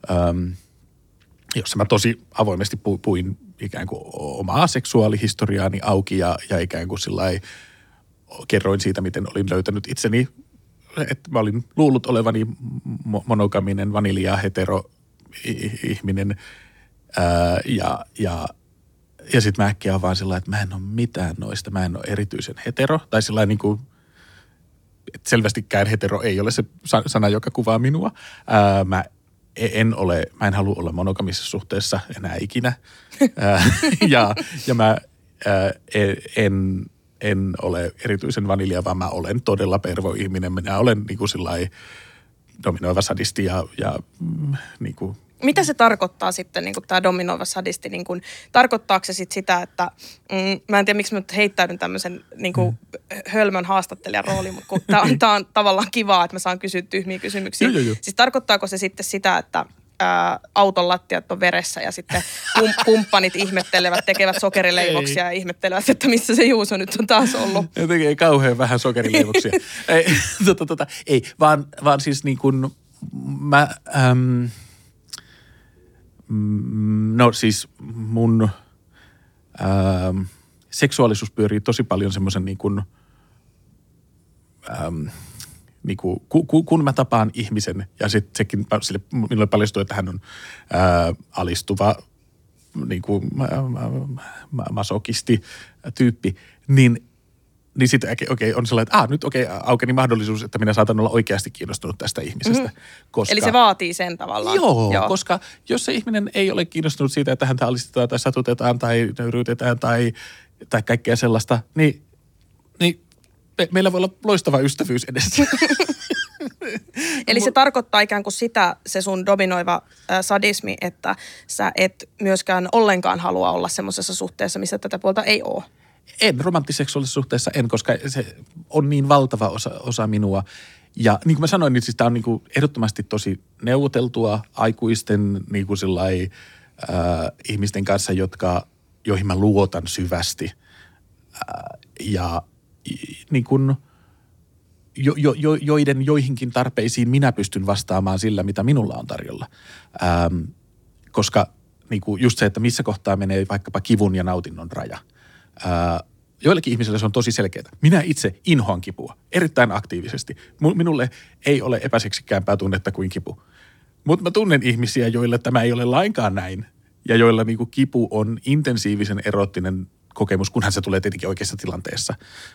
jossa mä tosi avoimesti puhuin ikään kuin omaa seksuaalihistoriaani auki ja ikään kuin sillai kerroin siitä, miten olin löytänyt itseni, että mä olin luullut olevani monogaminen vanilja hetero ihminen ja sitten mä äkkiä vaan sillä että mä en ole mitään noista, mä en ole erityisen hetero tai sillä niin kuin selvästikään hetero ei ole se sana, joka kuvaa minua. Mä en halua olla monogamisessa suhteessa enää ikinä. ja mä en ole erityisen vanilja, vaan mä olen todella pervo-ihminen. Minä olen niin kuin sillai dominoiva sadisti ja niin kuin. Mitä se tarkoittaa sitten, niin kuin tämä dominoiva sadisti, niin kuin, tarkoittaako se sitten sitä, että mä en tiedä, miksi mä nyt heittäydyn tämmöisen niin kuin hölmön haastattelijan rooliin, mutta kun tämä on tavallaan kivaa, että mä saan kysyä tyhmiä kysymyksiä. Joo. Siis tarkoittaako se sitten sitä, että auton lattiat on veressä ja sitten kumppanit ihmettelevät, tekevät sokerileivoksia ja ihmettelevät, että missä se Juuso nyt on taas ollut. Ne tekee kauhean vähän sokerileivoksia. Ei, vaan siis niin kuin mä. No siis mun seksuaalisuus pyörii tosi paljon semmoisen niin kuin, kun mä tapaan ihmisen ja sitten sekin sille minulle paljastuu, että hän on alistuva niin kuin masokisti tyyppi, niin sitten on sellainen, että nyt aukeni mahdollisuus, että minä saatan olla oikeasti kiinnostunut tästä ihmisestä. Koska, eli se vaatii sen tavallaan. Joo, koska jos se ihminen ei ole kiinnostunut siitä, että häntä alistetaan tai satutetaan tai nöyryytetään tai kaikkea sellaista, niin meillä voi olla loistava ystävyys edessä. Eli se tarkoittaa ikään kuin sitä, se sun dominoiva sadismi, että sä et myöskään ollenkaan halua olla semmoisessa suhteessa, missä tätä puolta ei ole. En romanttiseksuaalisessa suhteessa, koska se on niin valtava osa minua. Ja niin kuin mä sanoin, niin siis tämä on niin kuin ehdottomasti tosi neuvoteltua aikuisten niin kuin ihmisten kanssa, joihin mä luotan syvästi. Ja niin kuin joiden joihinkin tarpeisiin minä pystyn vastaamaan sillä, mitä minulla on tarjolla. Koska niin kuin just se, että missä kohtaa menee vaikkapa kivun ja nautinnon raja. Joillekin ihmisille se on tosi selkeää. Minä itse inhoan kipua erittäin aktiivisesti. Minulle ei ole epäseksikäämpää tunnetta kuin kipu. Mutta mä tunnen ihmisiä, joille tämä ei ole lainkaan näin. Ja joilla niinku kipu on intensiivisen erottinen kokemus, kunhan se tulee tietenkin oikeassa tilanteessa.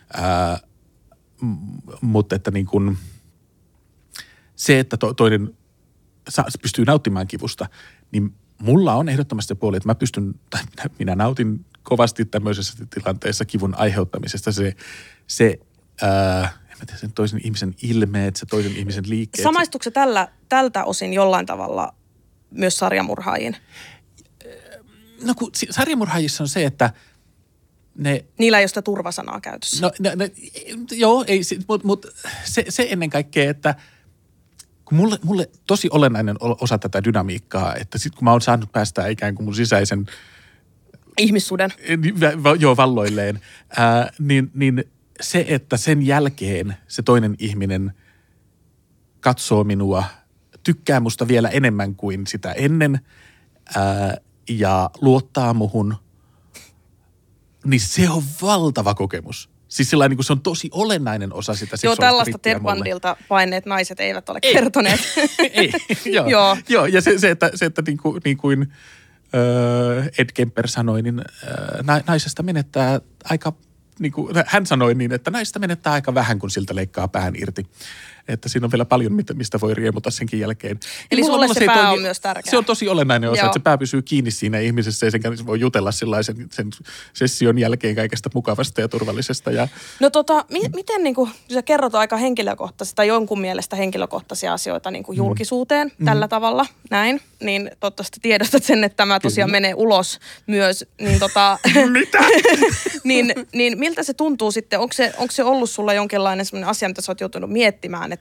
Mutta että niin kuin se, että toinen pystyy nauttimaan kivusta, niin mulla on ehdottomasti se puoli, että minä nautin kovasti tämmöisessä tilanteessa kivun aiheuttamisesta. En mä tiedä, sen toisen ihmisen ilmeet, se toisen ihmisen liikkeet. Samaistuuko se tältä osin jollain tavalla myös sarjamurhaajiin? No kun sarjamurhaajissa on se, että niillä ei ole sitä turvasanaa käytössä. Joo, mutta se ennen kaikkea, että kun mulle tosi olennainen osa tätä dynamiikkaa, että sitten kun mä oon saanut päästää ikään kuin mun sisäisen ihmissuden. Joo, valloilleen. Niin se, että sen jälkeen se toinen ihminen katsoo minua, tykkää musta vielä enemmän kuin sitä ennen ja luottaa muhun, niin se on valtava kokemus. Siis sellainen, niin kuin se on tosi olennainen osa sitä seksuaalista. Joo, tällaista Ted Bundylta paineet naiset eivät ole kertoneet. Ei, joo. Joo, ja se että niin kuin Ed Kemper sanoi, niin naisesta menettää aika, niin kuin hän sanoi niin, että naisesta menettää aika vähän, kun siltä leikkaa pään irti. Että siinä on vielä paljon, mistä voi riemuta senkin jälkeen. Eli ja sulle se pää on myös tärkeä. Se on tosi olennainen osa, että se pää pysyy kiinni siinä ihmisessä ja sen voi jutella sen session jälkeen kaikesta mukavasta ja turvallisesta. Ja no miten niin kuin, sä kerrot aika henkilökohtaisia tai jonkun mielestä henkilökohtaisia asioita niin kuin julkisuuteen tällä tavalla, näin, niin toivottavasti tiedostat sen, että tämä tosiaan menee ulos myös. Niin mitä? niin miltä se tuntuu sitten? Onko se ollut sulla jonkinlainen sellainen asia, mitä sä oot joutunut miettimään,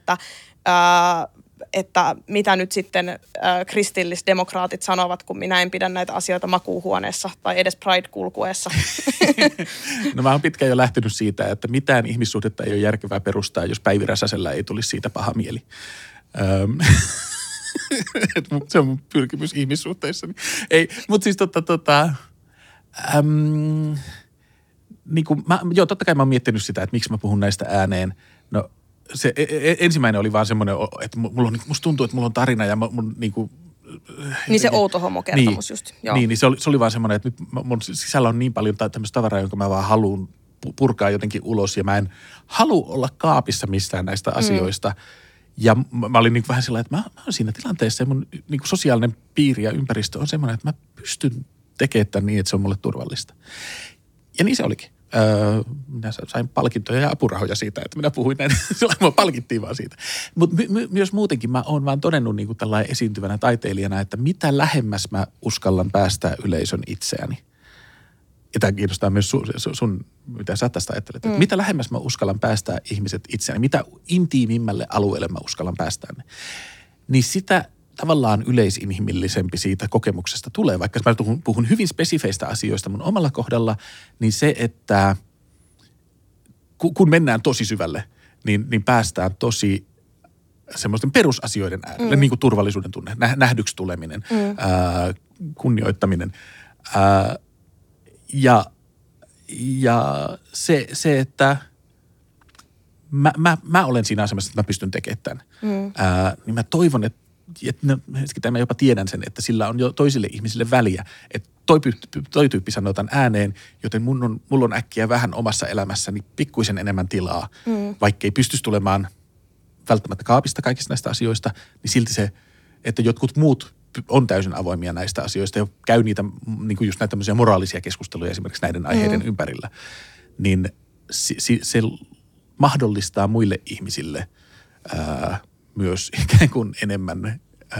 että mitä nyt sitten kristillisdemokraatit sanovat, kun minä en pidä näitä asioita makuuhuoneessa tai edes Pride-kulkueessa? No mä oon pitkään jo lähtenyt siitä, että mitään ihmissuhdetta ei ole järkevää perustaa, jos Päivi Räsäsellä ei tulisi siitä paha mieli. Se on mun pyrkimys ihmissuhteissa. Ei, mutta siis niin kuin totta kai mä oon miettinyt sitä, että miksi mä puhun näistä ääneen. No se ensimmäinen oli vaan semmoinen, että musta tuntuu, että mulla on tarina ja mun niinku niin se outo homokertomus niin, just. Joo. Niin se oli vaan semmoinen, että nyt mun sisällä on niin paljon tämmöistä tavaraa, jonka mä vaan haluan purkaa jotenkin ulos ja mä en halua olla kaapissa mistään näistä asioista. Ja mä olin niin vähän sellainen, että mä oon siinä tilanteessa ja mun niin sosiaalinen piiri ja ympäristö on semmoinen, että mä pystyn tekemään tämän niin, että se on mulle turvallista. Ja niin se olikin. Minä sain palkintoja ja apurahoja siitä, että minä puhuin näin. Mua palkittiin vaan siitä. Mutta myös muutenkin mä oon vaan todennut niin kuin tällainen esiintyvänä taiteilijana, että mitä lähemmäs mä uskallan päästää yleisön itseäni. Ja tämä kiinnostaa myös sun mitä sä tästä ajattelet. Että mitä lähemmäs mä uskallan päästää ihmiset itseäni, mitä intiimimmälle alueelle mä uskallan päästää ne. Niin sitä tavallaan yleisinhimillisempi siitä kokemuksesta tulee. Vaikka mä puhun hyvin spesifeistä asioista mun omalla kohdalla, niin se, että kun mennään tosi syvälle, niin päästään tosi semmoisten perusasioiden äärelle, niin kuin turvallisuuden tunne, nähdyksi tuleminen, kunnioittaminen. Ja se, että mä olen siinä asemassa, että mä pystyn tekemään tämän, niin mä toivon, että mä jopa tiedän sen, että sillä on jo toisille ihmisille väliä, että toi tyyppi sanoo tämän ääneen, joten mulla on äkkiä vähän omassa elämässäni pikkuisen enemmän tilaa, vaikka ei pystyisi tulemaan välttämättä kaapista kaikista näistä asioista, niin silti se, että jotkut muut on täysin avoimia näistä asioista ja käy niitä, niin kuin just näitä tämmöisiä moraalisia keskusteluja esimerkiksi näiden aiheiden ympärillä, niin se mahdollistaa muille ihmisille myös ikään kuin enemmän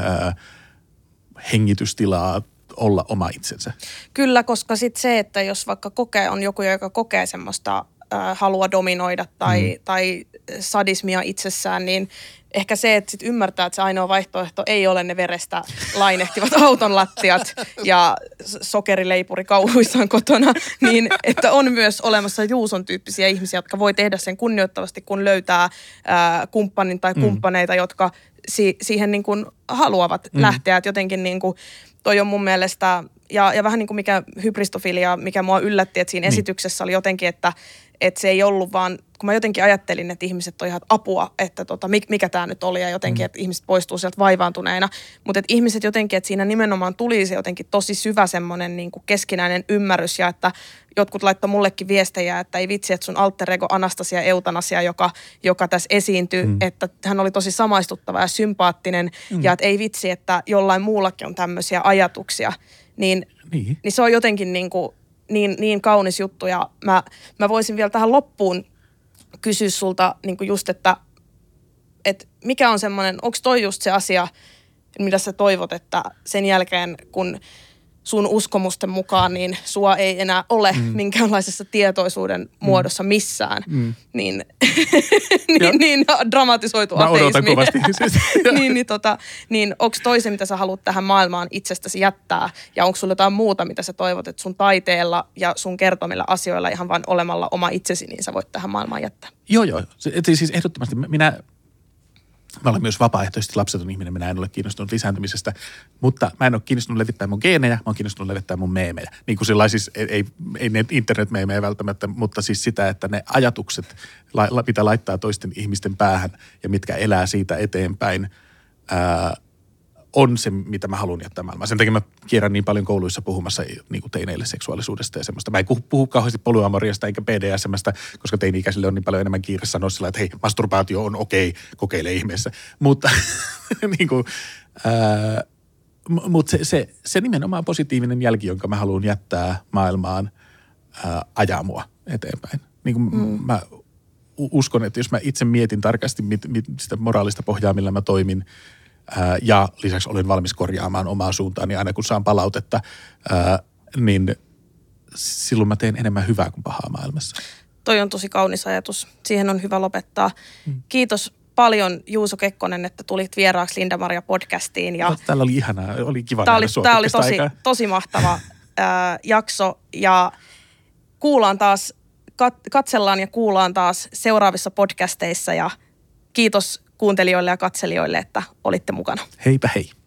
hengitystilaa olla oma itsensä. Kyllä, koska sitten se, että jos vaikka on joku, joka kokee semmoista halua dominoida tai sadismia itsessään, niin ehkä se, että sit ymmärtää, että se ainoa vaihtoehto ei ole ne verestä lainehtivat auton lattiat ja sokerileipuri kauhuissaan kotona, niin että on myös olemassa Juuson tyyppisiä ihmisiä, jotka voi tehdä sen kunnioittavasti, kun löytää kumppanin tai kumppaneita, jotka siihen niin kuin haluavat lähteä. Et jotenkin niin kuin toi on mun mielestä, ja vähän niin kuin mikä hybristofilia, mikä mua yllätti, että siinä esityksessä oli jotenkin, että se ei ollut vaan, kun mä jotenkin ajattelin, että ihmiset on ihan apua, että mikä tämä nyt oli ja jotenkin, että ihmiset poistuu sieltä vaivaantuneena. Mutta että ihmiset jotenkin, että siinä nimenomaan tuli se jotenkin tosi syvä semmoinen niin kuin keskinäinen ymmärrys ja että jotkut laittoi mullekin viestejä, että ei vitsi, että sun alter ego Anastasia Eutanasia, joka tässä esiintyy, että hän oli tosi samaistuttava ja sympaattinen ja että ei vitsi, että jollain muullakin on tämmöisiä ajatuksia. Niin se on jotenkin niin kaunis juttu ja mä voisin vielä tähän loppuun kysyä sulta niin kuin just, että mikä on semmoinen, onko toi just se asia, mitä sä toivot, että sen jälkeen kun sun uskomusten mukaan, niin sua ei enää ole minkäänlaisessa tietoisuuden muodossa missään, niin dramatisoitu ateismi. Mä odotan kovasti. niin onko toisen, mitä sä haluat tähän maailmaan itsestäsi jättää, ja onko sulla jotain muuta, mitä sä toivot, että sun taiteella ja sun kertomilla asioilla ihan vain olemalla oma itsesi, niin sä voit tähän maailmaan jättää? Joo. Siis ehdottomasti mä olen myös vapaaehtoisesti lapseton ihminen, minä en ole kiinnostunut lisääntymisestä, mutta mä en ole kiinnostunut levittää mun geenejä, mä oon kiinnostunut levittää mun meemejä. Niin kuin sellainen siis, ei ne internet-meemejä välttämättä, mutta siis sitä, että ne ajatukset, mitä laittaa toisten ihmisten päähän ja mitkä elää siitä eteenpäin, on se, mitä mä haluan jättää maailmaan. Sen takia mä kierrän niin paljon kouluissa puhumassa niin kuin teineille seksuaalisuudesta ja semmoista. Mä en puhu kauheasti polyamoriasta eikä BDSM:stä, koska teini-ikäisille on niin paljon enemmän kiire sanoa sillä, että hei, masturbaatio on okei, kokeile ihmeessä. Mutta niin kuin, mutta se nimenomaan positiivinen jälki, jonka mä haluan jättää maailmaan, ajaa mua eteenpäin. Niin kuin mä uskon, että jos mä itse mietin tarkasti sitä moraalista pohjaa, millä mä toimin, ja lisäksi olen valmis korjaamaan omaa suuntaani aina kun saan palautetta, niin silloin mä teen enemmän hyvää kuin pahaa maailmassa. Toi on tosi kaunis ajatus. Siihen on hyvä lopettaa. Kiitos paljon Juuso Kekkonen, että tulit vieraaksi Linda-Maria podcastiin. Ja täällä oli ihanaa, oli kiva tämä oli tosi mahtava jakso ja kuullaan taas, katsellaan ja kuullaan taas seuraavissa podcasteissa ja kiitos kuuntelijoille ja katselijoille, että olitte mukana. Heipä hei.